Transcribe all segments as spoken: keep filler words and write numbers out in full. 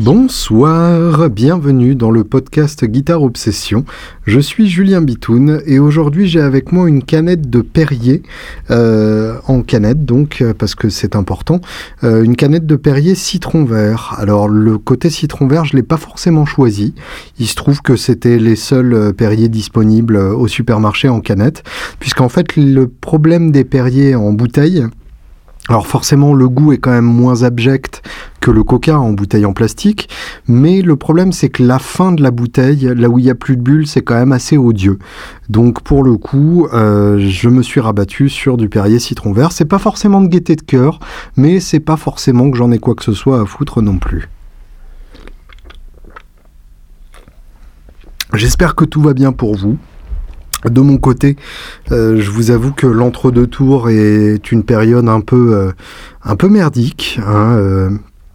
Bonsoir, bienvenue dans le podcast Guitare Obsession. Je suis Julien Bitoun et aujourd'hui j'ai avec moi une canette de Perrier, euh, en canette donc, parce que c'est important, euh, une canette de Perrier citron vert. Alors le côté citron vert je ne l'ai pas forcément choisi, il se trouve que c'était les seuls Perrier disponibles au supermarché en canette, puisqu'en fait le problème des Perrier en bouteille, alors forcément le goût est quand même moins abject que le coca en bouteille en plastique, mais le problème c'est que la fin de la bouteille, là où il n'y a plus de bulles, c'est quand même assez odieux. Donc pour le coup, euh, je me suis rabattu sur du Perrier citron vert. C'est pas forcément de gaieté de cœur, mais c'est pas forcément que j'en ai quoi que ce soit à foutre non plus. J'espère que tout va bien pour vous. De mon côté, euh, je vous avoue que l'entre-deux tours est une période un peu, euh, un peu merdique, hein, euh,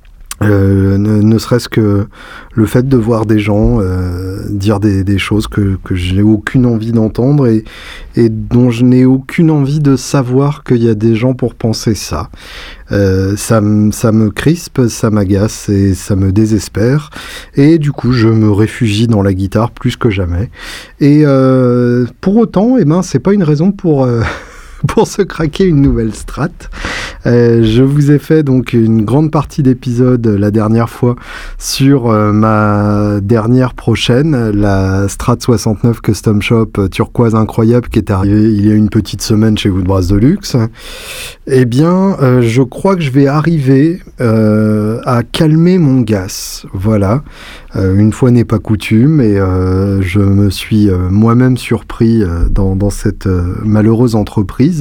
euh, ne, ne serait-ce que le fait de voir des gens euh, dire des, des choses que, que je n'ai aucune envie d'entendre et, et dont je n'ai aucune envie de savoir qu'il y a des gens pour penser ça. Euh, ça, m- ça me crispe, ça m'agace et ça me désespère. Et du coup, je me réfugie dans la guitare plus que jamais. Et euh, pour autant, eh ben, c'est pas une raison pour... Euh pour se craquer une nouvelle Strat. Euh, je vous ai fait donc une grande partie d'épisode la dernière fois sur euh, ma dernière prochaine, la Strat soixante-neuf Custom Shop turquoise incroyable qui est arrivée il y a une petite semaine chez Woodbrass Deluxe. Eh bien, euh, je crois que je vais arriver euh, à calmer mon gas. Voilà. Euh, une fois n'est pas coutume et euh, je me suis euh, moi-même surpris euh, dans, dans cette euh, malheureuse entreprise.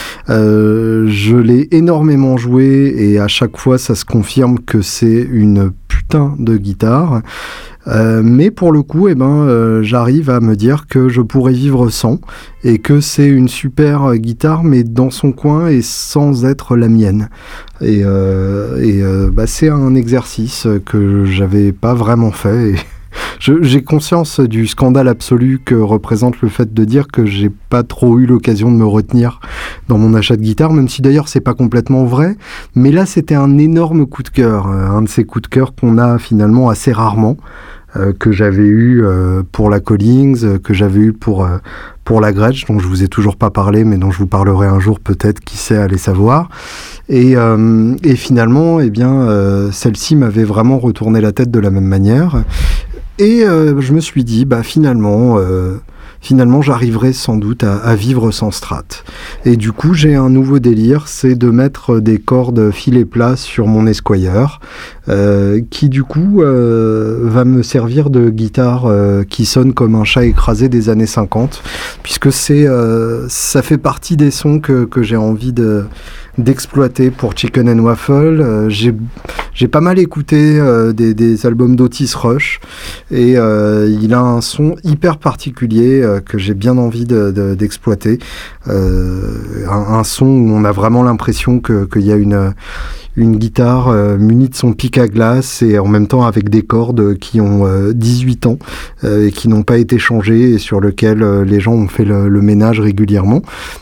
Euh, je l'ai énormément joué et à chaque fois ça se confirme que c'est une putain de guitare. Euh, mais pour le coup, eh ben, euh, j'arrive à me dire que je pourrais vivre sans et que c'est une super guitare, mais dans son coin et sans être la mienne. Et, euh, et euh, bah, c'est un exercice que j'avais pas vraiment fait. Et je, j'ai conscience du scandale absolu que représente le fait de dire que j'ai pas trop eu l'occasion de me retenir dans mon achat de guitare, même si d'ailleurs c'est pas complètement vrai. Mais là, c'était un énorme coup de cœur, un de ces coups de cœur qu'on a finalement assez rarement. Euh, que j'avais eu euh, pour la Collings, euh, que j'avais eu pour, euh, pour la Gretsch, dont je vous ai toujours pas parlé, mais dont je vous parlerai un jour peut-être, qui sait, aller savoir. Et, euh, et finalement, eh bien, euh, celle-ci m'avait vraiment retourné la tête de la même manière. Et euh, je me suis dit, bah finalement... Euh, Finalement, j'arriverai sans doute à, à vivre sans Strat. Et du coup, j'ai un nouveau délire, c'est de mettre des cordes filet plat sur mon Esquire, euh, qui du coup euh, va me servir de guitare euh, qui sonne comme un chat écrasé des années cinquante, puisque c'est, euh, ça fait partie des sons que, que j'ai envie de... d'exploiter pour Chicken and Waffle. Euh, j'ai, j'ai pas mal écouté euh, des, des albums d'Otis Rush et euh, il a un son hyper particulier euh, que j'ai bien envie de, de, d'exploiter. Euh, un, un son où on a vraiment l'impression que, qu'il y a une... une guitare euh, munie de son pic à glace et en même temps avec des cordes qui ont euh, dix-huit ans euh, et qui n'ont pas été changées et sur lesquelles euh, les gens ont fait le, le ménage régulièrement.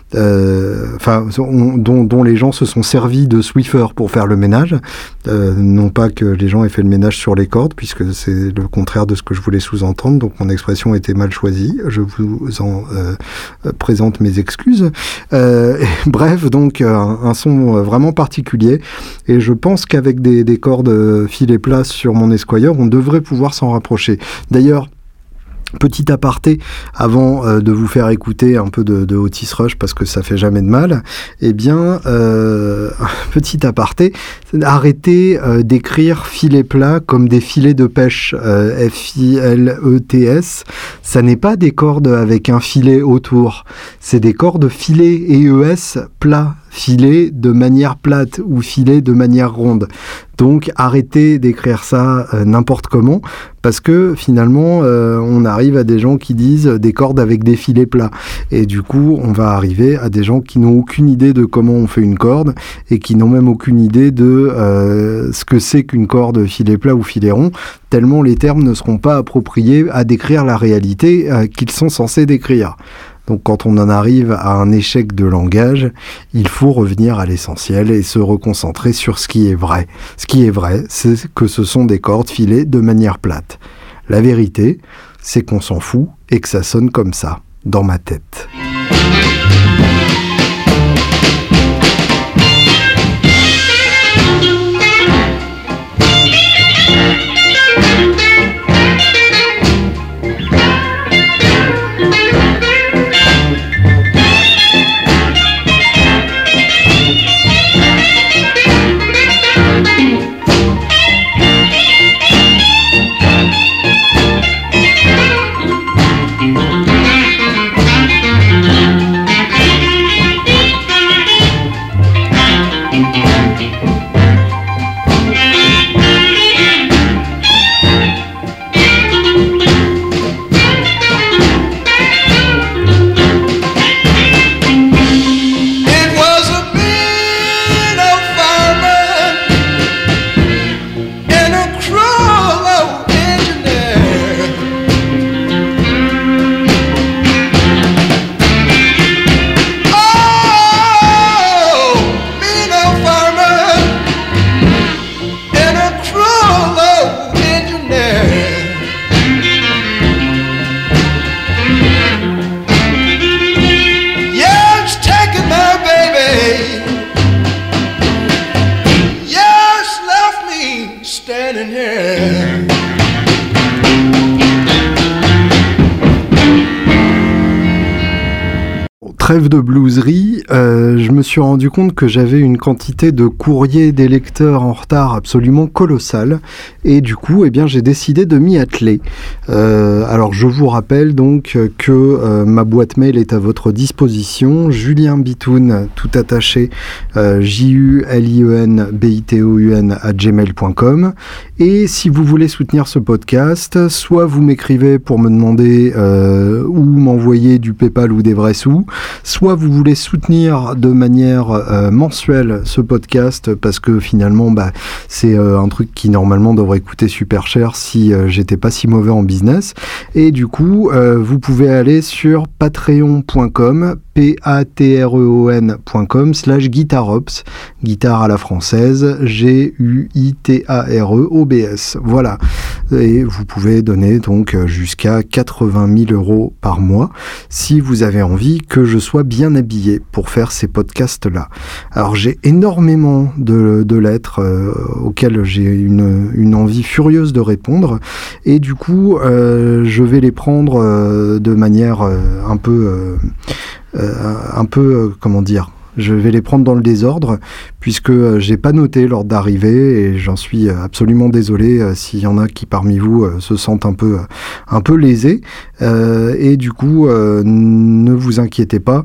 Enfin, euh, dont, dont les gens se sont servis de Swiffer pour faire le ménage. Euh, non pas que les gens aient fait le ménage sur les cordes, puisque c'est le contraire de ce que je voulais sous-entendre, donc mon expression était mal choisie. Je vous en euh, présente mes excuses. Euh, et, bref, donc un, un son vraiment particulier. Et je pense qu'avec des, des cordes filet plat sur mon Esquire, on devrait pouvoir s'en rapprocher. D'ailleurs, petit aparté, avant euh, de vous faire écouter un peu de, de Otis Rush, parce que ça fait jamais de mal, eh bien, euh, petit aparté, arrêtez euh, d'écrire filet plat comme des filets de pêche, euh, F I L E T S. Ça n'est pas des cordes avec un filet autour, c'est des cordes filet et E S plat. Filet de manière plate ou filet de manière ronde. Donc arrêtez d'écrire ça euh, n'importe comment, parce que finalement euh, on arrive à des gens qui disent des cordes avec des filets plats. Et du coup on va arriver à des gens qui n'ont aucune idée de comment on fait une corde et qui n'ont même aucune idée de euh, ce que c'est qu'une corde filet plat ou filet rond, tellement les termes ne seront pas appropriés à décrire la réalité euh, qu'ils sont censés décrire. Donc quand on en arrive à un échec de langage, il faut revenir à l'essentiel et se reconcentrer sur ce qui est vrai. Ce qui est vrai, c'est que ce sont des cordes filées de manière plate. La vérité, c'est qu'on s'en fout et que ça sonne comme ça, dans ma tête. Trêve de blueserie, euh, je me suis rendu compte que j'avais une quantité de courriers des lecteurs en retard absolument colossale et du coup, eh bien, j'ai décidé de m'y atteler. Euh, alors, je vous rappelle donc que euh, ma boîte mail est à votre disposition, Julien Bitoun, tout attaché, euh, J U L I E N B I T O U N à gmail point com. Et si vous voulez soutenir ce podcast, soit vous m'écrivez pour me demander euh, ou m'envoyer du PayPal ou des vrais sous, soit vous voulez soutenir de manière euh, mensuelle ce podcast parce que finalement bah, c'est euh, un truc qui normalement devrait coûter super cher si euh, j'étais pas si mauvais en business, et du coup euh, vous pouvez aller sur patreon point com p a t r e o n point com slash guitarops, guitare à la française, G U I T A R E O B S, voilà, et vous pouvez donner donc jusqu'à quatre-vingt mille euros par mois si vous avez envie que je sois bien habillé pour faire ces podcasts-là. Alors j'ai énormément de, de lettres euh, auxquelles j'ai une, une envie furieuse de répondre, et du coup euh, je vais les prendre euh, de manière euh, un peu... Euh, Euh, un peu, euh, comment dire, je vais les prendre dans le désordre puisque euh, j'ai pas noté l'ordre d'arrivée et j'en suis euh, absolument désolé euh, s'il y en a qui parmi vous euh, se sentent un peu, euh, un peu lésés, euh, et du coup euh, ne vous inquiétez pas,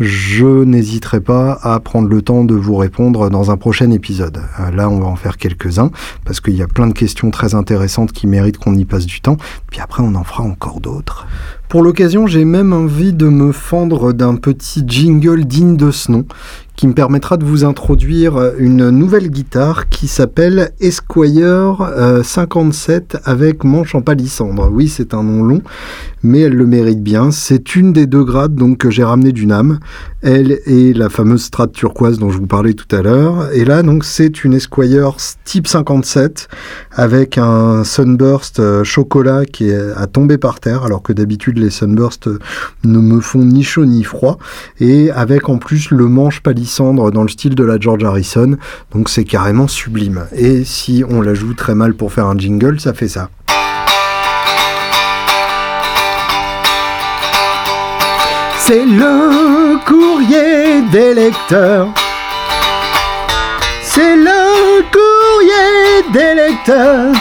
je n'hésiterai pas à prendre le temps de vous répondre dans un prochain épisode. Euh, là on va en faire quelques-uns parce qu'il y a plein de questions très intéressantes qui méritent qu'on y passe du temps, puis après on en fera encore d'autres. Pour l'occasion, j'ai même envie de me fendre d'un petit jingle digne de ce nom qui me permettra de vous introduire une nouvelle guitare qui s'appelle Esquire euh, cinquante-sept avec manche en palissandre. Oui, c'est un nom long, mais elle le mérite bien. C'est une des deux grades donc, que j'ai ramené du NAMM. Elle est la fameuse Strat turquoise dont je vous parlais tout à l'heure. Et là, donc, c'est une Esquire type cinquante-sept avec un Sunburst euh, chocolat qui est à tomber par terre, alors que d'habitude, les Sunburst ne me font ni chaud ni froid. Et avec en plus le manche palissandre dans le style de la George Harrison, donc c'est carrément sublime. Et si on la joue très mal pour faire un jingle, ça fait ça. C'est le courrier des lecteurs. C'est le courrier des lecteurs.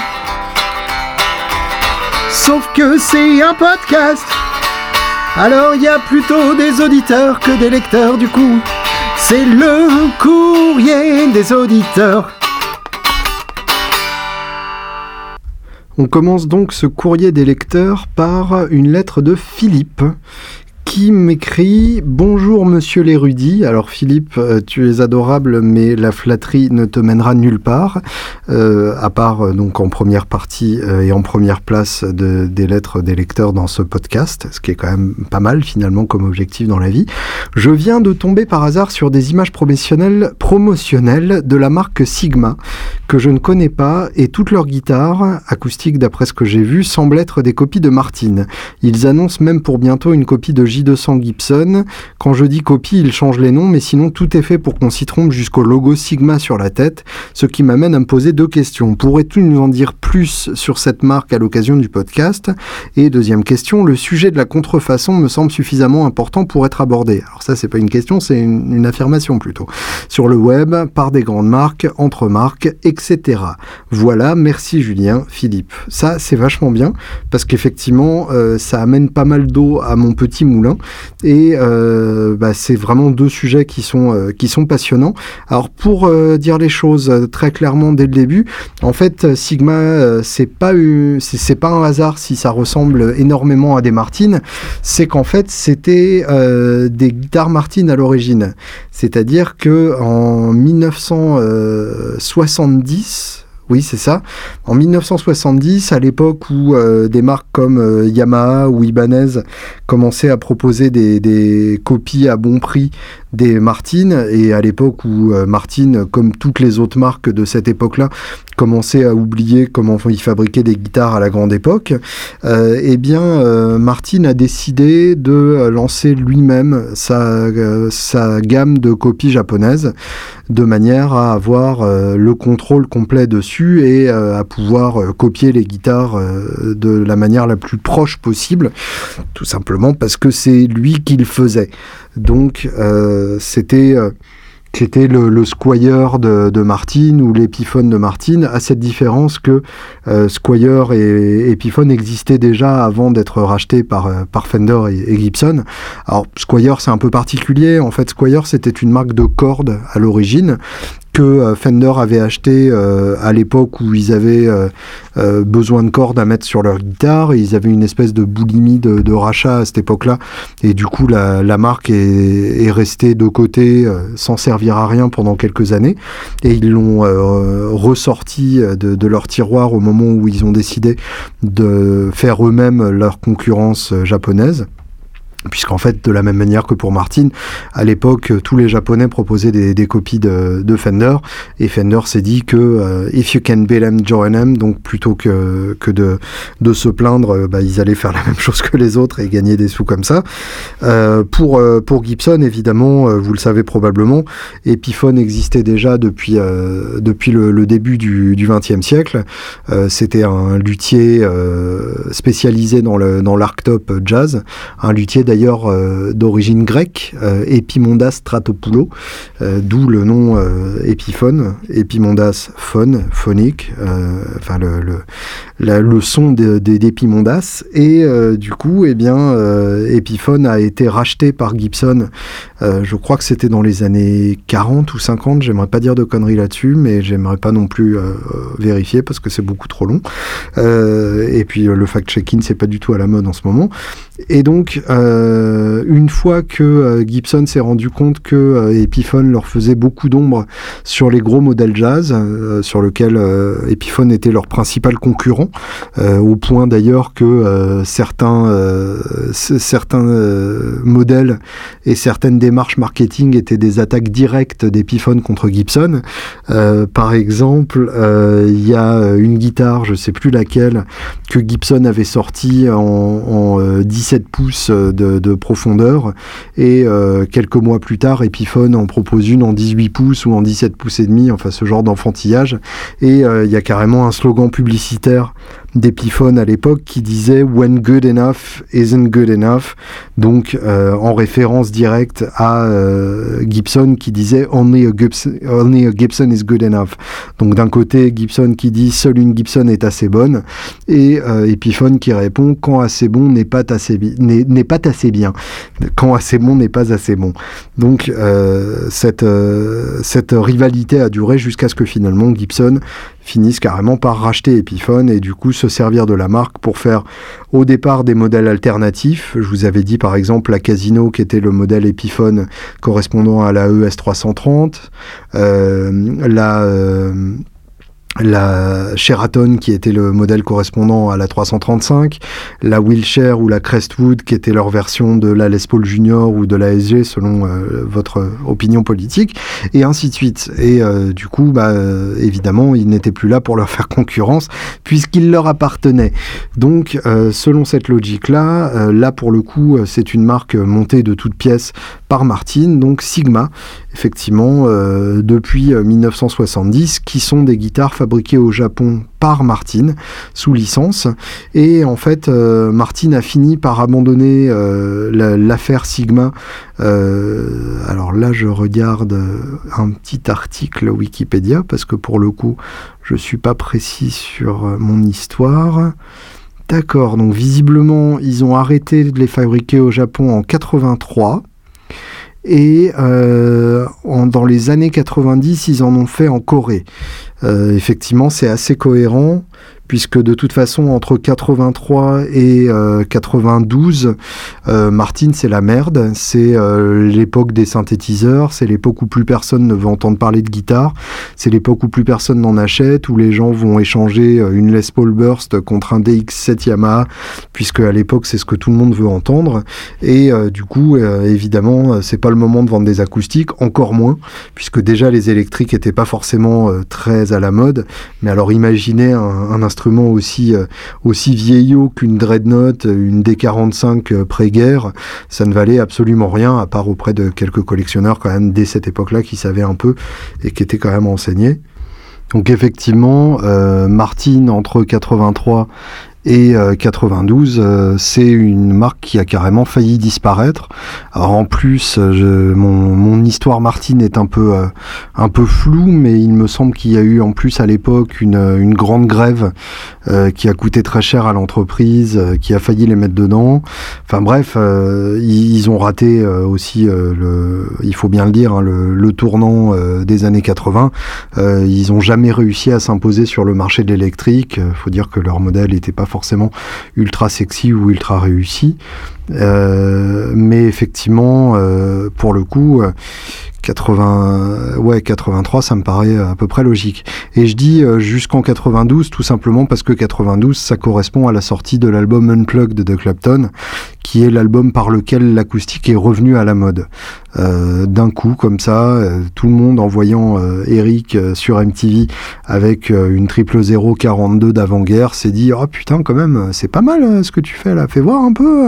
Sauf que c'est un podcast. Alors il y a plutôt des auditeurs que des lecteurs du coup. C'est le courrier des auditeurs. On commence donc ce courrier des lecteurs par une lettre de Philippe qui m'écrit « Bonjour monsieur l'érudit ». Alors Philippe, euh, tu es adorable, mais la flatterie ne te mènera nulle part, euh, à part euh, donc en première partie euh, et en première place de, des lettres des lecteurs dans ce podcast, ce qui est quand même pas mal finalement comme objectif dans la vie. Je viens de tomber par hasard sur des images promotionnelles, promotionnelles de la marque Sigma, que je ne connais pas, et toutes leurs guitares, acoustiques d'après ce que j'ai vu, semblent être des copies de Martin. Ils annoncent même pour bientôt une copie de J deux cents Gibson. Quand je dis copie, ils changent les noms, mais sinon tout est fait pour qu'on s'y trompe jusqu'au logo Sigma sur la tête, ce qui m'amène à me poser deux questions. Pourrais-tu nous en dire plus sur cette marque à l'occasion du podcast ? Et deuxième question, le sujet de la contrefaçon me semble suffisamment important pour être abordé. Alors ça, c'est pas une question, c'est une, une affirmation plutôt. Sur le web, par des grandes marques, entre marques, et cetera. Voilà, merci Julien, Philippe. Ça, c'est vachement bien, parce qu'effectivement, euh, ça amène pas mal d'eau à mon petit moulin, et euh, bah, c'est vraiment deux sujets qui sont, euh, qui sont passionnants. Alors, pour euh, dire les choses euh, très clairement dès le début, en fait, Sigma, euh, c'est pas, eu, c'est, c'est pas un hasard si ça ressemble énormément à des Martin, c'est qu'en fait, c'était euh, des guitares Martin à l'origine. C'est-à-dire que en dix-neuf cent soixante-dix, oui, c'est ça. En dix-neuf cent soixante-dix, à l'époque où euh, des marques comme euh, Yamaha ou Ibanez commençaient à proposer des, des copies à bon prix des Martin, et à l'époque où euh, Martin, comme toutes les autres marques de cette époque-là, commençait à oublier comment ils fabriquaient des guitares à la grande époque, euh, eh bien, euh, Martin a décidé de lancer lui-même sa, euh, sa gamme de copies japonaises, de manière à avoir euh, le contrôle complet dessus et euh, à pouvoir euh, copier les guitares euh, de la manière la plus proche possible, tout simplement parce que c'est lui qui le faisait. Donc, euh, c'était... Euh, C'était le, le Squier de, de Martin ou l'Epiphone de Martin, à cette différence que euh, Squier et Epiphone existaient déjà avant d'être rachetés par, par Fender et, et Gibson. Alors Squier, c'est un peu particulier. En fait, Squier, c'était une marque de cordes à l'origine que euh, Fender avait acheté euh, à l'époque où ils avaient euh, euh, besoin de cordes à mettre sur leur guitare, et ils avaient une espèce de boulimie de, de rachat à cette époque-là, et du coup la, la marque est, est restée de côté euh, sans servir à rien pendant quelques années, et ils l'ont euh, ressorti de, de leur tiroir au moment où ils ont décidé de faire eux-mêmes leur concurrence japonaise. Puisqu'en fait, de la même manière que pour Martin, à l'époque, tous les Japonais proposaient des, des copies de, de Fender, et Fender s'est dit que euh, if you can beat them, join them, donc plutôt que, que de, de se plaindre, bah, ils allaient faire la même chose que les autres et gagner des sous comme ça. Euh, pour, euh, pour Gibson, évidemment, euh, vous le savez probablement, Epiphone existait déjà depuis, euh, depuis le, le début du, du vingtième siècle. Euh, c'était un luthier euh, spécialisé dans, le, dans l'arctop jazz, un luthier d'ailleurs euh, d'origine grecque, euh, Epimondas Stratopoulos, euh, d'où le nom euh, Epiphone, Epimondas phone, phonique, euh, enfin le, le, la, le son de, de, d'Epimondas, et euh, du coup, eh bien, euh, Epiphone a été racheté par Gibson, euh, je crois que c'était dans les années quarante ou cinquante, j'aimerais pas dire de conneries là-dessus, mais j'aimerais pas non plus euh, vérifier parce que c'est beaucoup trop long, euh, et puis euh, le fact-checking c'est pas du tout à la mode en ce moment, et donc euh, Euh, une fois que euh, Gibson s'est rendu compte que euh, Epiphone leur faisait beaucoup d'ombre sur les gros modèles jazz, euh, sur lesquels euh, Epiphone était leur principal concurrent, euh, au point d'ailleurs que euh, certains, euh, c- certains euh, modèles et certaines démarches marketing étaient des attaques directes d'Epiphone contre Gibson. Euh, par exemple, il euh, y a une guitare, je ne sais plus laquelle, que Gibson avait sortie en, en euh, dix-sept pouces de, de profondeur, et euh, quelques mois plus tard, Epiphone en propose une en dix-huit pouces ou en dix-sept pouces et demi, enfin ce genre d'enfantillage, et il euh, y a carrément un slogan publicitaire d'Epiphone à l'époque qui disait When good enough isn't good enough, donc euh, en référence directe à euh, Gibson qui disait Only a Gibson, only a Gibson is good enough. Donc d'un côté Gibson qui dit seule une Gibson est assez bonne, et euh, Epiphone qui répond quand assez bon n'est pas assez, bi- n'est, n'est pas assez bien, quand assez bon n'est pas assez bon. Donc euh, cette, euh, cette rivalité a duré jusqu'à ce que finalement Gibson finissent carrément par racheter Epiphone et du coup se servir de la marque pour faire au départ des modèles alternatifs. Je vous avais dit par exemple la Casino qui était le modèle Epiphone correspondant à la E S trois cent trente, euh, la... Euh, la Sheraton qui était le modèle correspondant à la trois cent trente-cinq, la Wilshire ou la Crestwood qui était leur version de la Les Paul Junior ou de la S G selon euh, votre opinion politique, et ainsi de suite. Et euh, du coup, bah, euh, évidemment, ils n'étaient plus là pour leur faire concurrence puisqu'ils leur appartenaient. Donc, euh, selon cette logique-là, euh, là pour le coup, c'est une marque montée de toutes pièces par Martin, donc Sigma, effectivement, euh, depuis dix-neuf cent soixante-dix, qui sont des guitares fabriquées au Japon par Martin, sous licence. Et en fait, euh, Martin a fini par abandonner euh, la, l'affaire Sigma. Euh, alors là, je regarde un petit article Wikipédia, parce que pour le coup, je ne suis pas précis sur mon histoire. D'accord, donc visiblement, ils ont arrêté de les fabriquer au Japon en quatre-vingt-trois. Et euh, en, dans les années quatre-vingt-dix, ils en ont fait en Corée. Euh, effectivement, c'est assez cohérent, puisque de toute façon, entre quatre-vingt-trois et euh, quatre-vingt-douze, euh, Martin, c'est la merde. C'est euh, l'époque des synthétiseurs, c'est l'époque où plus personne ne veut entendre parler de guitare, c'est l'époque où plus personne n'en achète, où les gens vont échanger une Les Paul Burst contre un D X sept Yamaha, puisque à l'époque, c'est ce que tout le monde veut entendre. Et euh, du coup, euh, évidemment, c'est pas le moment de vendre des acoustiques, encore moins, puisque déjà les électriques étaient pas forcément euh, très à la mode. Mais alors imaginez un, un instrument aussi, euh, aussi vieillot qu'une Dreadnought, une D quarante-cinq euh, pré-guerre, ça ne valait absolument rien, à part auprès de quelques collectionneurs quand même dès cette époque-là qui savaient un peu et qui étaient quand même renseignés. Donc effectivement, euh, Martin entre quatre-vingt-trois et euh, quatre-vingt-douze, euh, c'est une marque qui a carrément failli disparaître. Alors en plus, je, mon, mon histoire Martin est un peu, euh, un peu floue, mais il me semble qu'il y a eu en plus à l'époque une, une grande grève euh, qui a coûté très cher à l'entreprise, euh, qui a failli les mettre dedans. Enfin bref, euh, ils, ils ont raté euh, aussi, euh, le, il faut bien le dire, hein, le, le tournant euh, des années quatre-vingts. Euh, ils n'ont jamais réussi à s'imposer sur le marché de l'électrique. Il faut dire que leur modèle n'était pas forcément ultra sexy ou ultra réussi, euh, mais effectivement euh, pour le coup euh, quatre-vingts, ouais, quatre-vingt-trois, ça me paraît à peu près logique. Et je dis euh, jusqu'en quatre-vingt-douze, tout simplement parce que quatre-vingt-douze, ça correspond à la sortie de l'album Unplugged de Clapton, qui est l'album par lequel l'acoustique est revenu à la mode. Euh, d'un coup, comme ça, euh, tout le monde en voyant euh, Eric euh, sur M T V avec euh, une triple zéro quarante-deux d'avant-guerre s'est dit « Oh putain, quand même, c'est pas mal euh, ce que tu fais là, fais voir un peu !»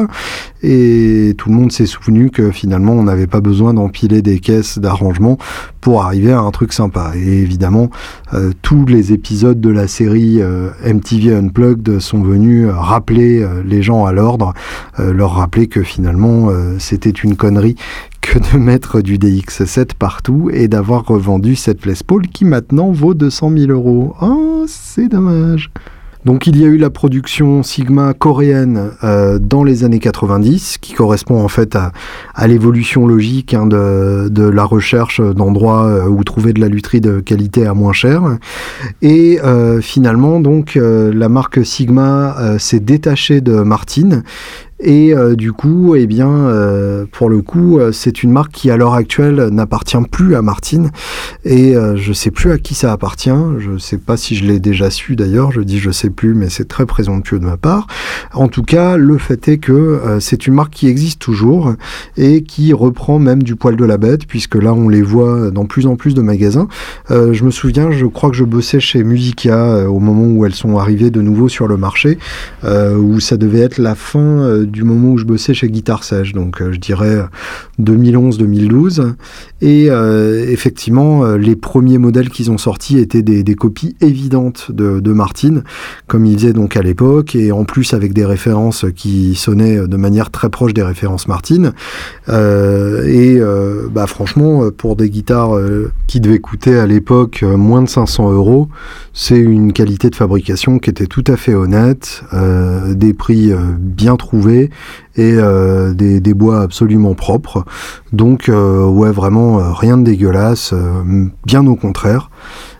Et tout le monde s'est souvenu que finalement, on n'avait pas besoin d'empiler des caisses d'arrangement pour arriver à un truc sympa. Et évidemment, euh, tous les épisodes de la série euh, M T V Unplugged sont venus euh, rappeler euh, les gens à l'ordre, euh, leur rappeler que finalement, euh, c'était une connerie que de mettre du D X sept partout et d'avoir revendu cette Les Paul qui maintenant vaut deux cent mille euros. Oh, c'est dommage. Donc il y a eu la production Sigma coréenne euh, dans les années quatre-vingt-dix, qui correspond en fait à, à l'évolution logique hein, de, de la recherche d'endroits euh, où trouver de la lutherie de qualité à moins cher. Et euh, finalement, donc, euh, la marque Sigma euh, s'est détachée de Martin. Et euh, du coup, eh bien, euh, pour le coup, euh, c'est une marque qui, à l'heure actuelle, n'appartient plus à Martin. Et euh, je sais plus à qui ça appartient. Je sais pas si je l'ai déjà su, d'ailleurs. Je dis je sais plus, mais c'est très présomptueux de ma part. En tout cas, le fait est que euh, c'est une marque qui existe toujours et qui reprend même du poil de la bête, puisque là, on les voit dans plus en plus de magasins. Euh, je me souviens, je crois que je bossais chez Musica euh, au moment où elles sont arrivées de nouveau sur le marché, euh, où ça devait être la fin euh, du moment où je bossais chez Guitar Sèche, donc euh, je dirais deux mille onze deux mille douze. Et euh, effectivement, euh, les premiers modèles qu'ils ont sortis étaient des, des copies évidentes de, de Martin, comme ils faisaient donc à l'époque, et en plus avec des références qui sonnaient de manière très proche des références Martin. Euh, et euh, bah, franchement, pour des guitares euh, qui devaient coûter à l'époque moins de cinq cents euros, c'est une qualité de fabrication qui était tout à fait honnête, euh, des prix euh, bien trouvés et euh, des, des bois absolument propres. Donc, euh, ouais, vraiment euh, rien de dégueulasse, euh, bien au contraire.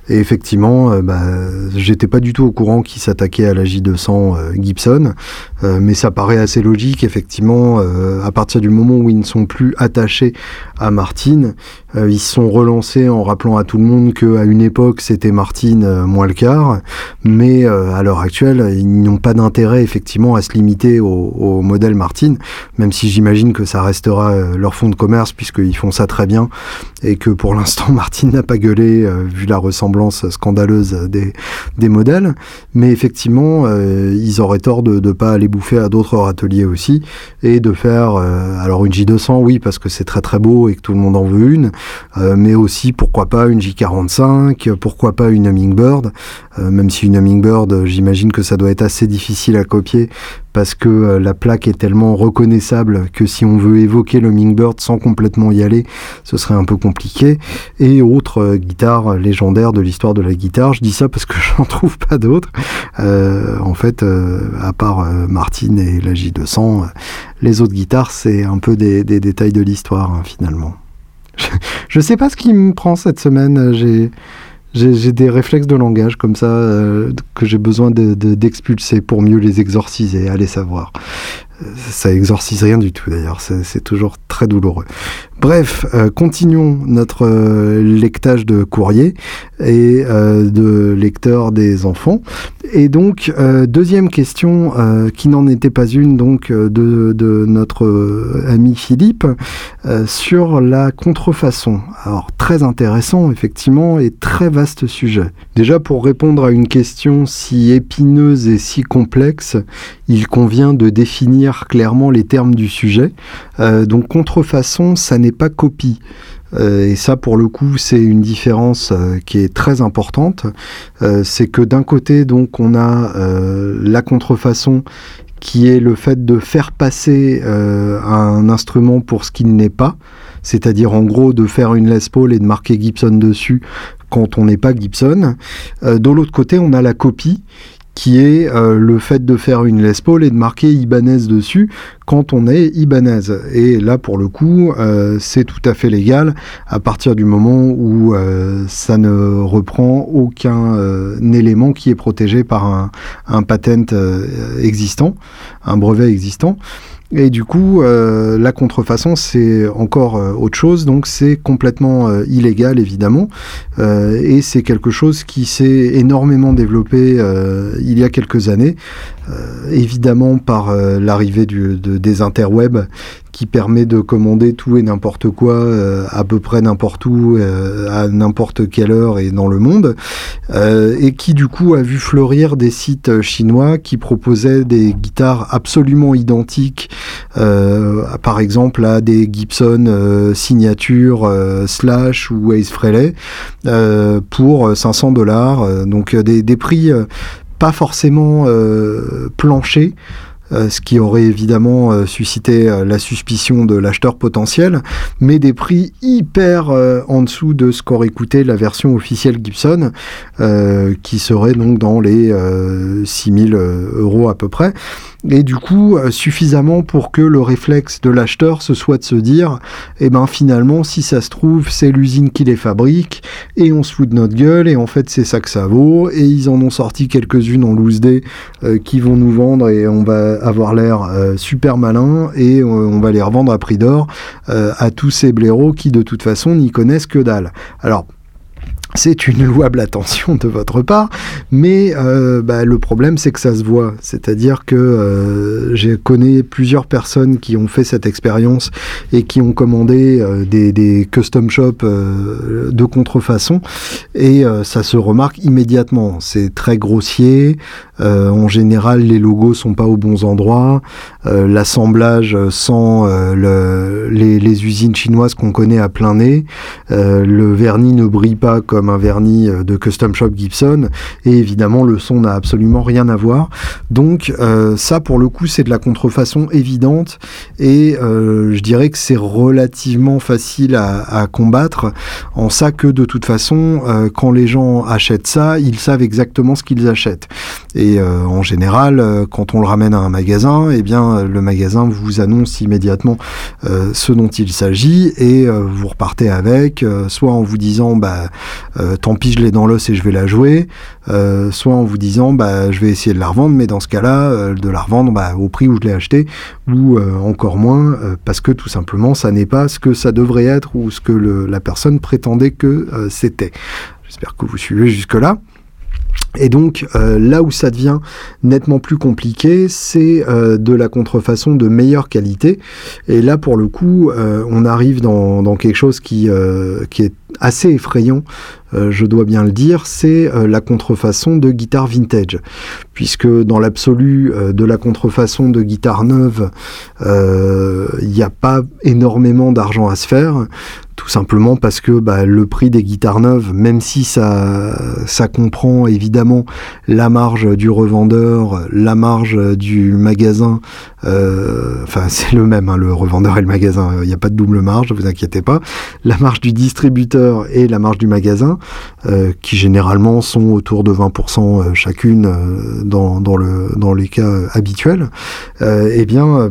Et effectivement, euh, bah, j'étais pas du tout au courant qu'il s'attaquait à la J deux cents euh, Gibson, euh, mais ça paraît assez logique, effectivement, euh, à partir du moment où ils ne sont plus attachés à Martin, euh, ils se sont relancés en rappelant à tout le monde qu'à une époque, c'était Martin euh, moins le quart, mais euh, à l'heure actuelle, ils n'ont pas d'intérêt, effectivement, à se limiter au, au modèle Martin, même si j'imagine que ça restera euh, leur fonds de commerce, puisqu'ils font ça très bien, et que pour l'instant, Martin n'a pas gueulé, euh, vu la ressemblance scandaleuse des, des modèles, mais effectivement, euh, ils auraient tort de ne pas aller bouffer à d'autres râteliers aussi, et de faire, euh, alors une J deux cents, oui, parce que c'est très très beau et que tout le monde en veut une, euh, mais aussi, pourquoi pas une J quarante-cinq, pourquoi pas une Hummingbird, euh, même si une Hummingbird, j'imagine que ça doit être assez difficile à copier, parce que euh, la plaque est tellement reconnaissable que si on veut évoquer le Hummingbird sans complètement y aller, ce serait un peu compliqué. Et autre euh, guitare légendaire de l'histoire de la guitare, je dis ça parce que j'en trouve pas d'autres. Euh, en fait, euh, à part euh, Martin et la J deux cents, euh, les autres guitares, c'est un peu des, des détails de l'histoire, hein, finalement. Je, je sais pas ce qui me prend cette semaine, j'ai... J'ai, j'ai des réflexes de langage comme ça euh, que j'ai besoin de, de, d'expulser pour mieux les exorciser, allez savoir. Euh, ça exorcise rien du tout d'ailleurs, c'est, c'est toujours très douloureux. Bref, euh, continuons notre euh, lectage de courrier et euh, de lecteur des enfants. Et donc, euh, deuxième question, euh, qui n'en était pas une, donc de, de notre euh, ami Philippe, euh, sur la contrefaçon. Alors, très intéressant, effectivement, et très vaste sujet. Déjà, pour répondre à une question si épineuse et si complexe, il convient de définir clairement les termes du sujet. Euh, donc, contrefaçon, ça n'est pas copie. Euh, et ça, pour le coup, c'est une différence euh, qui est très importante. Euh, c'est que d'un côté, donc, on a euh, la contrefaçon qui est le fait de faire passer euh, un instrument pour ce qu'il n'est pas, c'est-à-dire en gros de faire une Les Paul et de marquer Gibson dessus quand on n'est pas Gibson. Euh, de l'autre côté, on a la copie, qui est euh, le fait de faire une Les Paul et de marquer Ibanez dessus quand on est Ibanez. Et là, pour le coup, euh, c'est tout à fait légal à partir du moment où euh, ça ne reprend aucun euh, élément qui est protégé par un, un patent euh, existant, un brevet existant. Et du coup, euh, la contrefaçon, c'est encore euh, autre chose, donc c'est complètement euh, illégal, évidemment, euh, et c'est quelque chose qui s'est énormément développé euh, il y a quelques années, euh, évidemment par euh, l'arrivée du, de, des interwebs, qui permet de commander tout et n'importe quoi, euh, à peu près n'importe où, euh, à n'importe quelle heure et dans le monde, euh, et qui du coup a vu fleurir des sites chinois qui proposaient des guitares absolument identiques, euh, par exemple à des Gibson euh, signature euh, Slash ou Ace Frehley, euh, pour cinq cents dollars, euh, donc des, des prix euh, pas forcément euh, planchers, Euh, ce qui aurait évidemment euh, suscité euh, la suspicion de l'acheteur potentiel, mais des prix hyper euh, en dessous de ce qu'aurait coûté la version officielle Gibson, euh, qui serait donc dans les euh, six mille euros à peu près. Et du coup, euh, suffisamment pour que le réflexe de l'acheteur ce soit de se dire, eh ben finalement, si ça se trouve, c'est l'usine qui les fabrique, et on se fout de notre gueule, et en fait, c'est ça que ça vaut, et ils en ont sorti quelques-unes en loose day euh, qui vont nous vendre, et on va avoir l'air euh, super malin, et euh, on va les revendre à prix d'or euh, à tous ces blaireaux qui, de toute façon, n'y connaissent que dalle. Alors, c'est une louable attention de votre part, mais euh, bah, le problème c'est que ça se voit, c'est-à-dire que euh, j'ai connu plusieurs personnes qui ont fait cette expérience et qui ont commandé euh, des, des custom shops euh, de contrefaçon, et euh, ça se remarque immédiatement, c'est très grossier, euh, en général les logos sont pas aux bons endroits, euh, l'assemblage sans euh, le, les, les usines chinoises qu'on connaît à plein nez, euh, le vernis ne brille pas comme un vernis de Custom Shop Gibson, et évidemment le son n'a absolument rien à voir, donc euh, ça pour le coup c'est de la contrefaçon évidente, et euh, je dirais que c'est relativement facile à, à combattre, en ça que de toute façon euh, quand les gens achètent ça, ils savent exactement ce qu'ils achètent, Et euh, en général, euh, quand on le ramène à un magasin, eh bien, le magasin vous annonce immédiatement euh, ce dont il s'agit et euh, vous repartez avec, euh, soit en vous disant bah, euh, tant pis, je l'ai dans l'os et je vais la jouer, euh, soit en vous disant bah, je vais essayer de la revendre, mais dans ce cas-là, euh, de la revendre bah, au prix où je l'ai acheté, ou euh, encore moins, euh, parce que tout simplement, ça n'est pas ce que ça devrait être ou ce que le, la personne prétendait que euh, c'était. J'espère que vous suivez jusque-là. Et donc, euh, là où ça devient nettement plus compliqué, c'est euh, de la contrefaçon de meilleure qualité. Et là, pour le coup, euh, on arrive dans, dans quelque chose qui, euh, qui est assez effrayant, euh, je dois bien le dire, c'est euh, la contrefaçon de guitare vintage. Puisque dans l'absolu euh, de la contrefaçon de guitare neuve, il euh, n'y a pas énormément d'argent à se faire. Tout simplement parce que bah, le prix des guitares neuves, même si ça, ça comprend évidemment la marge du revendeur, la marge du magasin, euh, enfin c'est le même, hein, le revendeur et le magasin, il n'y a pas de double marge, ne vous inquiétez pas, la marge du distributeur et la marge du magasin, euh, qui généralement sont autour de vingt pour cent chacune euh, dans, dans, le, dans les cas habituels, euh, eh bien... Euh,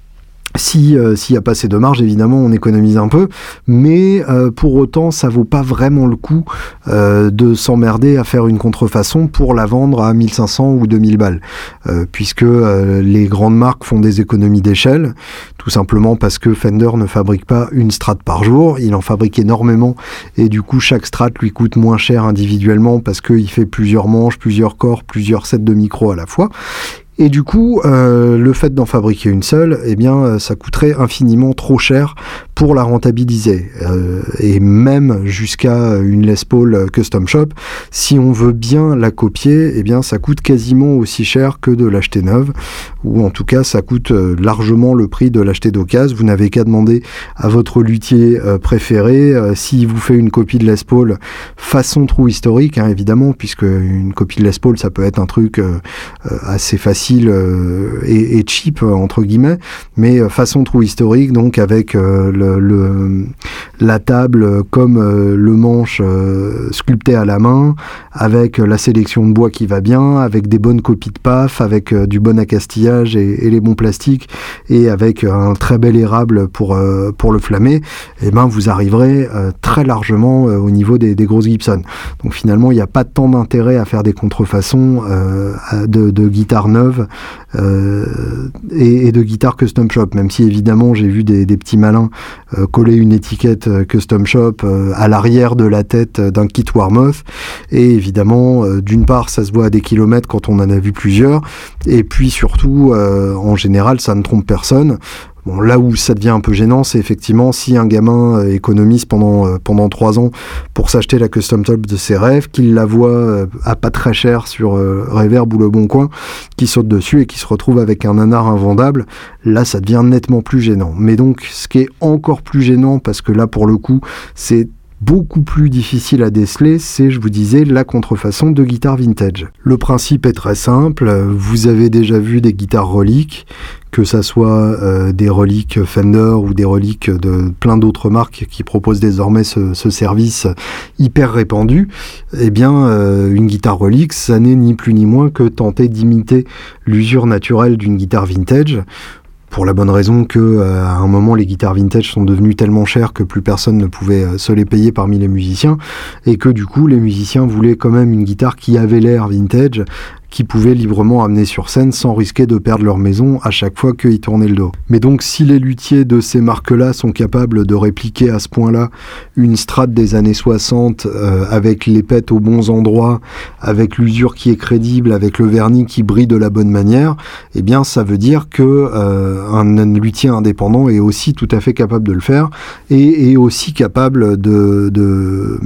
Si euh, s'il n'y a pas assez de marge, évidemment, on économise un peu, mais euh, pour autant, ça vaut pas vraiment le coup euh, de s'emmerder à faire une contrefaçon pour la vendre à mille cinq cents ou deux mille balles, euh, puisque euh, les grandes marques font des économies d'échelle, tout simplement parce que Fender ne fabrique pas une Strat par jour, il en fabrique énormément, et du coup, chaque Strat lui coûte moins cher individuellement parce qu'il fait plusieurs manches, plusieurs corps, plusieurs sets de micros à la fois. Et du coup, euh, le fait d'en fabriquer une seule, eh bien, ça coûterait infiniment trop cher pour la rentabiliser. Euh, et même jusqu'à une Les Paul Custom Shop, si on veut bien la copier, eh bien, ça coûte quasiment aussi cher que de l'acheter neuve, ou en tout cas, ça coûte largement le prix de l'acheter d'occasion. Vous n'avez qu'à demander à votre luthier euh, préféré euh, s'il vous fait une copie de Les Paul façon trou historique, hein, évidemment, puisque une copie de Les Paul, ça peut être un truc euh, assez facile Et, et cheap entre guillemets, mais façon trou historique, donc avec euh, le, le, la table comme euh, le manche euh, sculpté à la main, avec la sélection de bois qui va bien, avec des bonnes copies de P A F, avec euh, du bon accastillage et, et les bons plastiques, et avec un très bel érable pour, euh, pour le flammer, et ben vous arriverez euh, très largement euh, au niveau des, des grosses Gibson. Donc finalement, il n'y a pas tant d'intérêt à faire des contrefaçons euh, de, de guitares neuves Euh, et, et de guitare custom shop, même si évidemment j'ai vu des, des petits malins euh, coller une étiquette euh, custom shop euh, à l'arrière de la tête d'un kit Warmoth, et évidemment euh, d'une part ça se voit à des kilomètres quand on en a vu plusieurs, et puis surtout euh, en général ça ne trompe personne. Bon, là où ça devient un peu gênant, c'est effectivement si un gamin euh, économise pendant, euh, pendant trois ans pour s'acheter la custom top de ses rêves, qu'il la voit euh, à pas très cher sur euh, Reverb ou Le Bon Coin, qui saute dessus et qui se retrouve avec un nanar invendable, là ça devient nettement plus gênant. Mais donc ce qui est encore plus gênant, parce que là pour le coup c'est beaucoup plus difficile à déceler, c'est, je vous disais, la contrefaçon de guitare vintage. Le principe est très simple, vous avez déjà vu des guitares reliques, que ça soit euh, des reliques Fender ou des reliques de plein d'autres marques qui proposent désormais ce, ce service hyper répandu. Eh bien, euh, une guitare relique, ça n'est ni plus ni moins que tenter d'imiter l'usure naturelle d'une guitare vintage, pour la bonne raison que euh, à un moment les guitares vintage sont devenues tellement chères que plus personne ne pouvait euh, se les payer parmi les musiciens, et que du coup les musiciens voulaient quand même une guitare qui avait l'air vintage, qui pouvaient librement amener sur scène sans risquer de perdre leur maison à chaque fois qu'ils tournaient le dos. Mais donc si les luthiers de ces marques-là sont capables de répliquer à ce point-là une Strat des années soixante euh, avec les pètes aux bons endroits, avec l'usure qui est crédible, avec le vernis qui brille de la bonne manière, eh bien ça veut dire que euh, un, un luthier indépendant est aussi tout à fait capable de le faire, et est aussi capable de, de,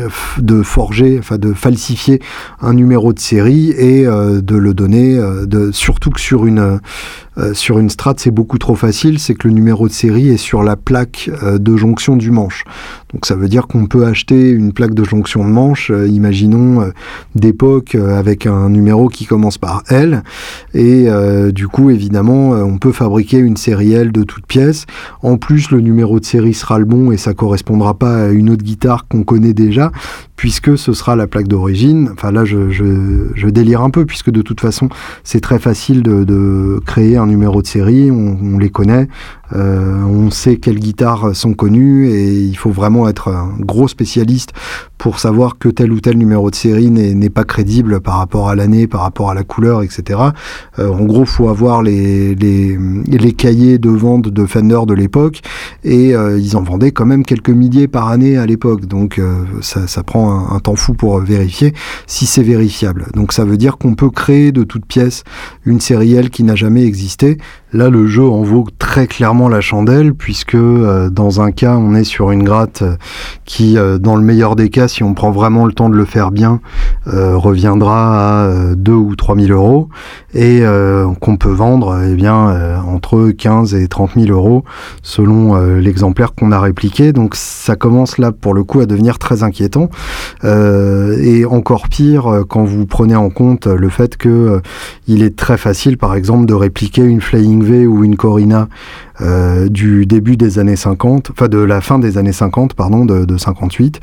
de forger, enfin de falsifier un numéro de série et de le donner, de, surtout que sur une, Euh, sur une Strat, c'est beaucoup trop facile, c'est que le numéro de série est sur la plaque euh, de jonction du manche. Donc ça veut dire qu'on peut acheter une plaque de jonction de manche, euh, imaginons euh, d'époque, euh, avec un numéro qui commence par L, et euh, du coup évidemment euh, on peut fabriquer une série L de toutes pièces. En plus le numéro de série sera le bon et ça correspondra pas à une autre guitare qu'on connaît déjà, puisque ce sera la plaque d'origine. Enfin là je, je, je délire un peu, puisque de toute façon c'est très facile de, de créer un numéro de série, on, on les connaît, euh, on sait quelles guitares sont connues, et il faut vraiment être un gros spécialiste pour savoir que tel ou tel numéro de série n'est, n'est pas crédible par rapport à l'année, par rapport à la couleur, et cetera. Euh, en gros, faut avoir les, les, les cahiers de vente de Fender de l'époque, et euh, ils en vendaient quand même quelques milliers par année à l'époque, donc euh, ça, ça prend un, un temps fou pour vérifier si c'est vérifiable. Donc ça veut dire qu'on peut créer de toutes pièces une série L qui n'a jamais existé. Là, le jeu en vaut très clairement la chandelle, puisque euh, dans un cas, on est sur une gratte euh, qui, euh, dans le meilleur des cas, si on prend vraiment le temps de le faire bien, euh, reviendra à euh, deux ou trois mille euros, et euh, qu'on peut vendre eh bien, euh, entre quinze et trente mille euros, selon euh, l'exemplaire qu'on a répliqué. Donc ça commence là, pour le coup, à devenir très inquiétant. Euh, et encore pire, euh, quand vous prenez en compte le fait que euh, il est très facile, par exemple, de répliquer une Flying V ou une Corina Euh, du début des années cinquante, enfin de la fin des années cinquante, pardon, de, de cinquante-huit.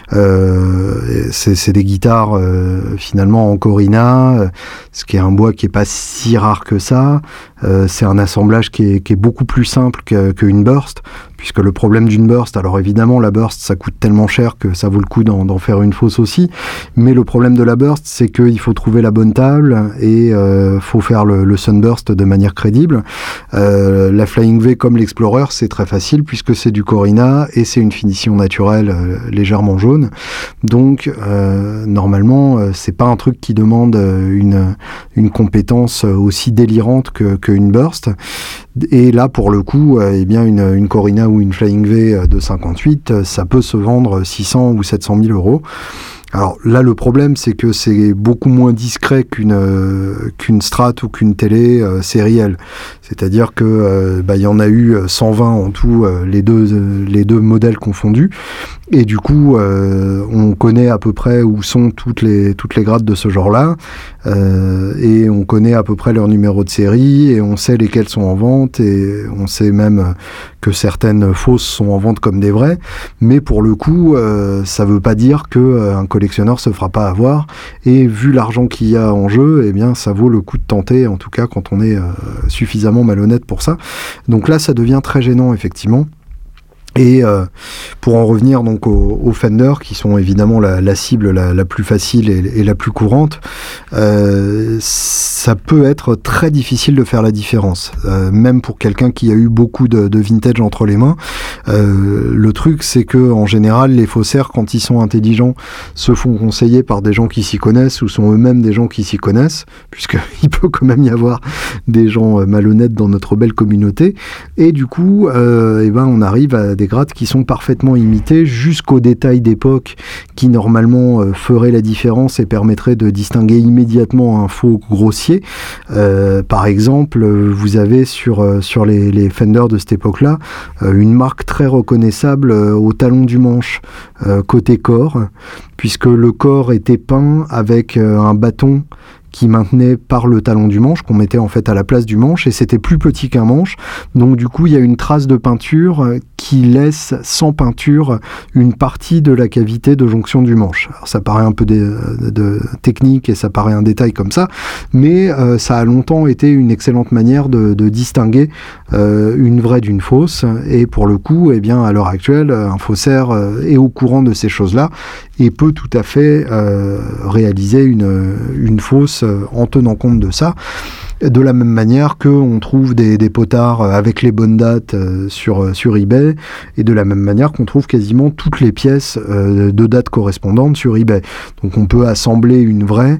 Euh, c'est, c'est des guitares euh, finalement en Corina, euh, ce qui est un bois qui est pas si rare que ça. Euh, c'est un assemblage qui est, qui est beaucoup plus simple que, qu'une Burst, puisque le problème d'une Burst, alors évidemment la Burst ça coûte tellement cher que ça vaut le coup d'en, d'en faire une fausse aussi, mais le problème de la Burst c'est qu'il faut trouver la bonne table et euh, faut faire le, le Sunburst de manière crédible. Euh, la Flying V comme l'Explorer c'est très facile puisque c'est du Corina et c'est une finition naturelle euh, légèrement jaune, donc euh, normalement euh, c'est pas un truc qui demande une, une compétence aussi délirante que, que une Burst. Et là, pour le coup, euh, eh bien, une, une Corina ou une Flying V de cinquante-huit, ça peut se vendre six cents ou sept cent mille euros. Alors là, le problème, c'est que c'est beaucoup moins discret qu'une, euh, qu'une Strat ou qu'une télé euh, série L. C'est-à-dire que euh, bah, y en a eu cent vingt en tout, euh, les, deux, euh, les deux modèles confondus. Et du coup, euh, on connaît à peu près où sont toutes les, toutes les grattes de ce genre-là. Euh, et on connaît à peu près leur numéro de série. Et on sait lesquelles sont en vente. Et on sait même que certaines fausses sont en vente comme des vraies. Mais pour le coup, euh, ça veut pas dire qu'un euh, collectionneur se fera pas avoir. Et vu l'argent qu'il y a en jeu, eh bien, ça vaut le coup de tenter, en tout cas quand on est euh, suffisamment malhonnête pour ça. Donc là, ça devient très gênant, effectivement. Et euh, pour en revenir donc aux, aux Fender, qui sont évidemment la, la cible la, la plus facile et, et la plus courante, euh, ça peut être très difficile de faire la différence, euh, même pour quelqu'un qui a eu beaucoup de, de vintage entre les mains. Euh, le truc, c'est que en général, les faussaires, quand ils sont intelligents, se font conseiller par des gens qui s'y connaissent ou sont eux-mêmes des gens qui s'y connaissent, puisqu'il peut quand même y avoir des gens malhonnêtes dans notre belle communauté. Et du coup, euh, eh ben, on arrive à des grattes qui sont parfaitement imitées jusqu'aux détails d'époque qui normalement euh, feraient la différence et permettraient de distinguer immédiatement un faux grossier. Euh, par exemple, vous avez sur, euh, sur les, les Fender de cette époque-là euh, une marque très reconnaissable euh, au talon du manche euh, côté corps, puisque le corps était peint avec euh, un bâton qui maintenait par le talon du manche, qu'on mettait en fait à la place du manche, et c'était plus petit qu'un manche. Donc du coup, il y a une trace de peinture qui laisse sans peinture une partie de la cavité de jonction du manche. Alors ça paraît un peu de, de technique et ça paraît un détail comme ça, mais euh, ça a longtemps été une excellente manière de, de distinguer euh, une vraie d'une fausse. Et pour le coup, eh bien, à l'heure actuelle, un faussaire euh, est au courant de ces choses-là et peut tout à fait euh, réaliser une, une fausse en tenant compte de ça. De la même manière qu'on trouve des, des potards avec les bonnes dates euh, sur, sur eBay, et de la même manière qu'on trouve quasiment toutes les pièces euh, de dates correspondantes sur eBay. Donc on peut assembler une vraie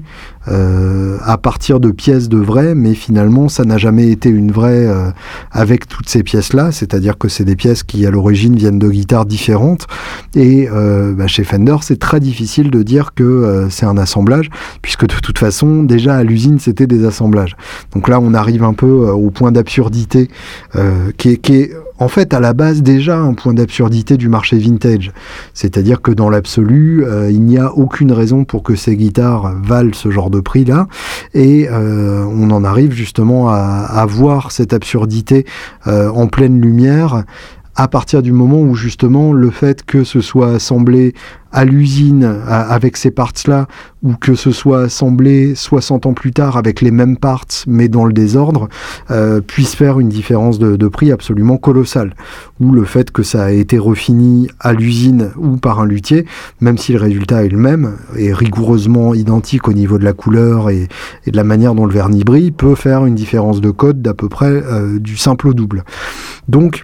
euh, à partir de pièces de vraies, mais finalement ça n'a jamais été une vraie euh, avec toutes ces pièces-là, c'est-à-dire que c'est des pièces qui à l'origine viennent de guitares différentes, et euh, bah, chez Fender c'est très difficile de dire que euh, c'est un assemblage, puisque de toute façon déjà à l'usine c'était des assemblages. Donc là on arrive un peu euh, au point d'absurdité euh, qui est, qui est en fait à la base déjà un point d'absurdité du marché vintage, c'est-à-dire que dans l'absolu euh, il n'y a aucune raison pour que ces guitares valent ce genre de prix là, et euh, on en arrive justement à, à voir cette absurdité euh, en pleine lumière à partir du moment où justement le fait que ce soit assemblé à l'usine à, avec ces parts-là, ou que ce soit assemblé soixante ans plus tard avec les mêmes parts mais dans le désordre, euh, puisse faire une différence de, de prix absolument colossale. Ou le fait que ça a été refini à l'usine ou par un luthier, même si le résultat est le même, et rigoureusement identique au niveau de la couleur et, et de la manière dont le vernis brille, peut faire une différence de code d'à peu près euh, du simple au double. Donc,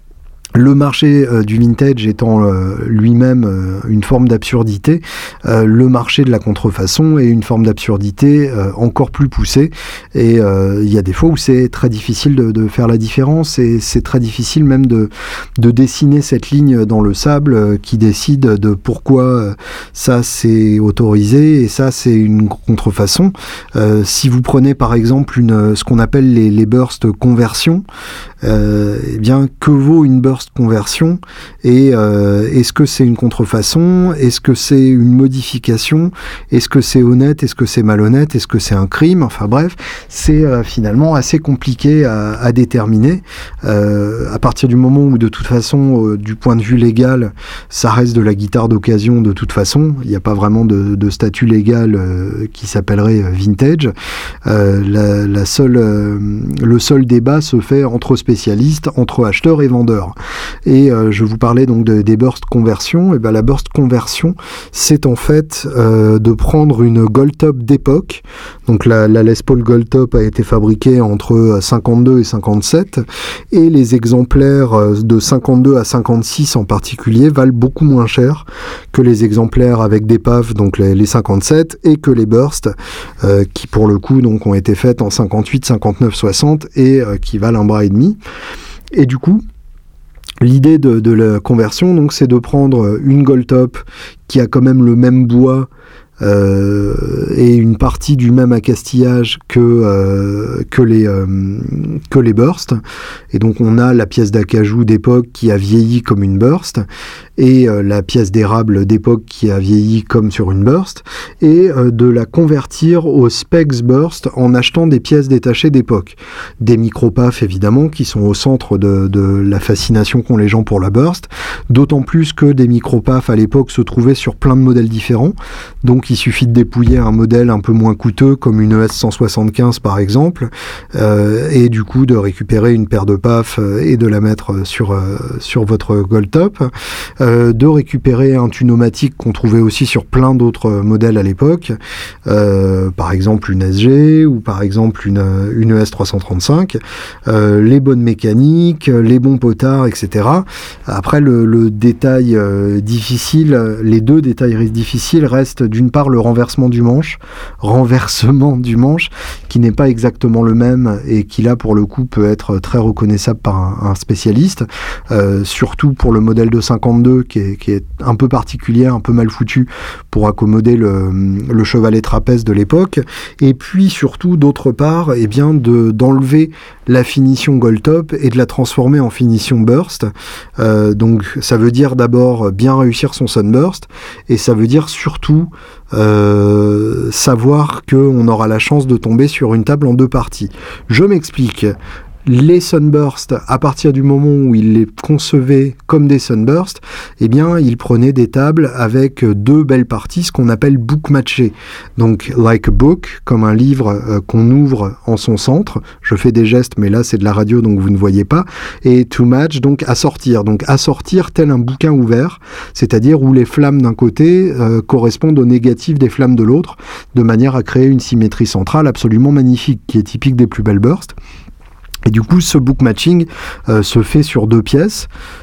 le marché euh, du vintage étant euh, lui-même euh, une forme d'absurdité, euh, le marché de la contrefaçon est une forme d'absurdité euh, encore plus poussée, et il euh, y a des fois où c'est très difficile de, de faire la différence, et c'est très difficile même de, de dessiner cette ligne dans le sable euh, qui décide de pourquoi euh, ça c'est autorisé et ça c'est une contrefaçon. Euh, si vous prenez par exemple une, ce qu'on appelle les, les burst conversions, euh, eh bien que vaut une burst conversion, et euh, est-ce que c'est une contrefaçon, est-ce que c'est une modification, est-ce que c'est honnête, est-ce que c'est malhonnête, est-ce que c'est un crime, enfin bref, c'est euh, finalement assez compliqué à, à déterminer euh, à partir du moment où de toute façon euh, du point de vue légal ça reste de la guitare d'occasion de toute façon, il n'y a pas vraiment de, de statut légal euh, qui s'appellerait vintage. euh, la, la seule, euh, le seul débat se fait entre spécialistes, entre acheteurs et vendeurs. Et euh, je vous parlais donc de, des burst conversions. Et ben la burst conversion, c'est en fait euh, de prendre une Gold Top d'époque. Donc la, la Les Paul Gold Top a été fabriquée entre cinquante-deux et cinquante-sept, et les exemplaires de cinquante-deux à cinquante-six en particulier valent beaucoup moins cher que les exemplaires avec d'épave, donc les, les cinquante-sept, et que les burst euh, qui pour le coup donc ont été faites en cinquante-huit, cinquante-neuf, soixante et euh, qui valent un bras et demi. Et du coup, l'idée de, de la conversion, donc, c'est de prendre une Gold Top qui a quand même le même bois euh, et une partie du même accastillage que, euh, que, les, euh, que les burst. Et donc on a la pièce d'acajou d'époque qui a vieilli comme une burst, et euh, la pièce d'érable d'époque qui a vieilli comme sur une burst, et euh, de la convertir au specs burst en achetant des pièces détachées d'époque. Des micro-paf évidemment qui sont au centre de, de la fascination qu'ont les gens pour la burst, d'autant plus que des micro-paf à l'époque se trouvaient sur plein de modèles différents, donc il suffit de dépouiller un modèle un peu moins coûteux comme une E S cent soixante-quinze par exemple, euh, et du coup de récupérer une paire de paf euh, et de la mettre sur, euh, sur votre Gold Top. Euh, de récupérer un tunomatique qu'on trouvait aussi sur plein d'autres modèles à l'époque, euh, par exemple une S G ou par exemple une, une E S trois cent trente-cinq, euh, les bonnes mécaniques, les bons potards, et cetera. Après, le, le détail euh, difficile, les deux détails difficiles restent d'une part le renversement du manche, renversement du manche, qui n'est pas exactement le même et qui là pour le coup peut être très reconnaissable par un, un spécialiste, euh, surtout pour le modèle de cinquante-deux qui est, qui est un peu particulier, un peu mal foutu pour accommoder le, le chevalet trapèze de l'époque, et puis surtout d'autre part eh bien de, d'enlever la finition Gold Top et de la transformer en finition burst. Euh, donc ça veut dire d'abord bien réussir son sunburst, et ça veut dire surtout euh, savoir qu'on aura la chance de tomber sur une table en deux parties. Je m'explique. Les sunbursts, à partir du moment où ils les concevaient comme des sunbursts, eh bien, ils prenaient des tables avec deux belles parties, ce qu'on appelle book matchées. Donc, like a book, comme un livre euh, qu'on ouvre en son centre. Je fais des gestes, mais là, c'est de la radio, donc vous ne voyez pas. Et to match, donc assortir. Donc, assortir tel un bouquin ouvert, c'est-à-dire où les flammes d'un côté euh, correspondent aux négatifs des flammes de l'autre, de manière à créer une symétrie centrale absolument magnifique, qui est typique des plus belles bursts. Et du coup, ce book matching euh, se fait sur deux pièces.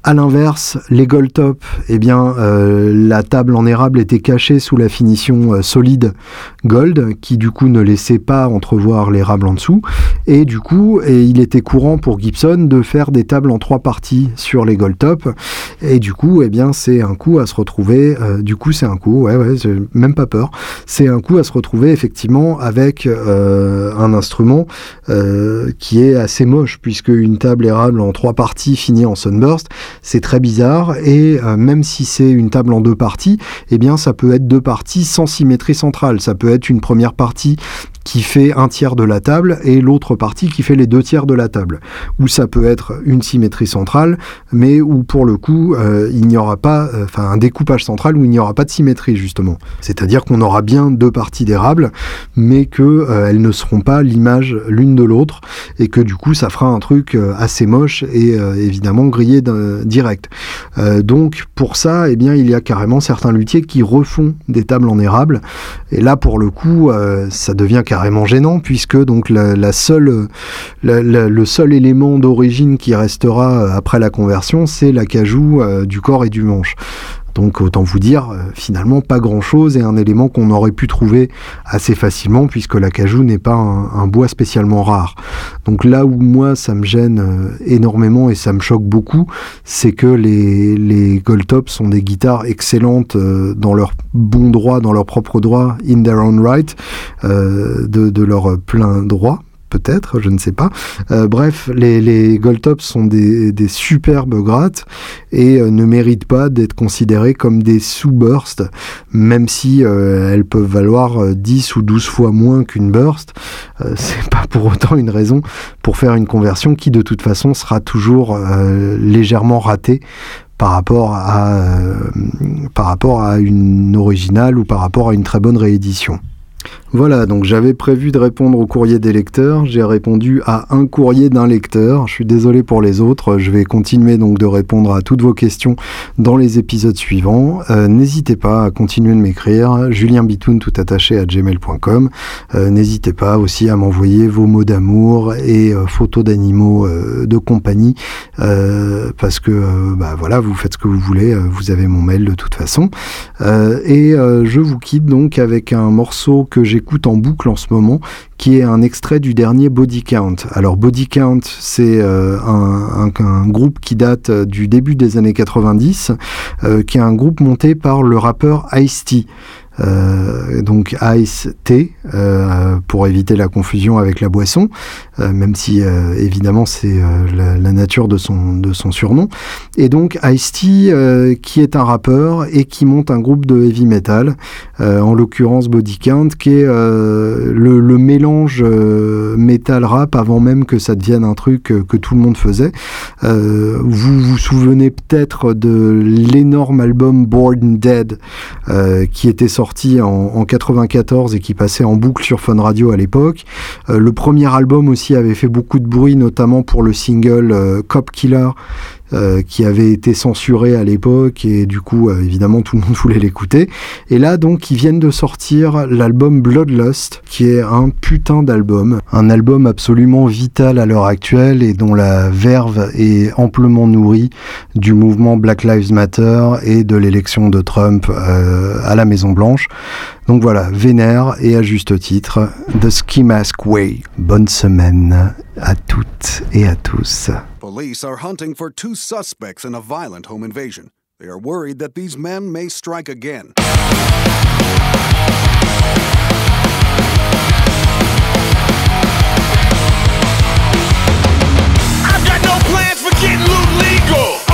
À l'inverse, les Gold Top, eh bien, euh, la table en érable était cachée sous la finition euh, solide Gold, qui du coup ne laissait pas entrevoir l'érable en dessous. Et du coup, et il était courant pour Gibson de faire des tables en trois parties sur les Gold Top. Et du coup, eh bien, c'est un coup à se retrouver. Euh, du coup, c'est un coup, ouais, ouais, j'ai même pas peur. C'est un coup à se retrouver effectivement avec euh, un instrument euh, qui est assez moche, puisque une table érable en trois parties finie en Sunburst. C'est très bizarre et euh, même si c'est une table en deux parties, eh bien ça peut être deux parties sans symétrie centrale. Ça peut être une première partie qui fait un tiers de la table et l'autre partie qui fait les deux tiers de la table. Ou ça peut être une symétrie centrale, mais où pour le coup, euh, il n'y aura pas, enfin euh, un découpage central où il n'y aura pas de symétrie justement. C'est-à-dire qu'on aura bien deux parties d'érable, mais que euh, elles ne seront pas l'image l'une de l'autre et que du coup ça fera un truc euh, assez moche et euh, évidemment grillé direct. Euh, donc pour ça, eh bien il y a carrément certains luthiers qui refont des tables en érable. Et là pour le coup, euh, ça devient carrément gênant puisque donc la, la seule, la, la, le seul élément d'origine qui restera après la conversion, c'est l'acajou euh, du corps et du manche. Donc autant vous dire, euh, finalement pas grand chose et un élément qu'on aurait pu trouver assez facilement puisque l'acajou n'est pas un, un bois spécialement rare. Donc là où moi ça me gêne euh, énormément et ça me choque beaucoup, c'est que les, les Gold Top sont des guitares excellentes euh, dans leur bon droit, dans leur propre droit, in their own right, euh, de, de leur plein droit. Peut-être, je ne sais pas. Euh, bref, les, les Gold Top sont des, des superbes grattes et euh, ne méritent pas d'être considérées comme des sous-bursts, même si euh, elles peuvent valoir euh, dix ou douze fois moins qu'une burst. Euh, c'est pas pour autant une raison pour faire une conversion qui, de toute façon, sera toujours euh, légèrement ratée par rapport à, euh, par rapport à une originale ou par rapport à une très bonne réédition. Voilà, donc j'avais prévu de répondre au courrier des lecteurs, j'ai répondu à un courrier d'un lecteur, je suis désolé pour les autres, je vais continuer donc de répondre à toutes vos questions dans les épisodes suivants. Euh, n'hésitez pas à continuer de m'écrire, Julien Bitoun tout attaché à gmail point com. Euh, n'hésitez pas aussi à m'envoyer vos mots d'amour et euh, photos d'animaux euh, de compagnie, euh, parce que euh, bah, voilà, vous faites ce que vous voulez, euh, vous avez mon mail de toute façon. Euh, et euh, je vous quitte donc avec un morceau que j'écoute en boucle en ce moment, qui est un extrait du dernier Body Count. Alors Body Count, c'est euh, un, un, un groupe qui date du début des années quatre-vingt-dix, euh, qui est un groupe monté par le rappeur Ice-T. Euh, donc Ice-T, euh, pour éviter la confusion avec la boisson, euh, même si euh, évidemment c'est euh, la, la nature de son, de son surnom. Et donc Ice-T, euh, qui est un rappeur et qui monte un groupe de heavy metal, euh, en l'occurrence Body Count, qui est euh, le, le mélange euh, metal rap avant même que ça devienne un truc euh, que tout le monde faisait. Euh, vous vous souvenez peut-être de l'énorme album Born Dead, euh, qui était sorti sorti en, en quatre-vingt-quatorze et qui passait en boucle sur Fun Radio à l'époque. Euh, le premier album aussi avait fait beaucoup de bruit, notamment pour le single euh, Cop Killer, Euh, qui avait été censuré à l'époque et du coup euh, évidemment tout le monde voulait l'écouter. Et là donc ils viennent de sortir l'album Bloodlust, qui est un putain d'album, un album absolument vital à l'heure actuelle et dont la verve est amplement nourrie du mouvement Black Lives Matter et de l'élection de Trump euh, à la Maison Blanche. Donc voilà, vénère et à juste titre, The Ski Mask Way. Bonne semaine à toutes et à tous. Police are hunting for two suspects in a violent home invasion. They are worried that these men may strike again. I've got no plans for getting loot legal.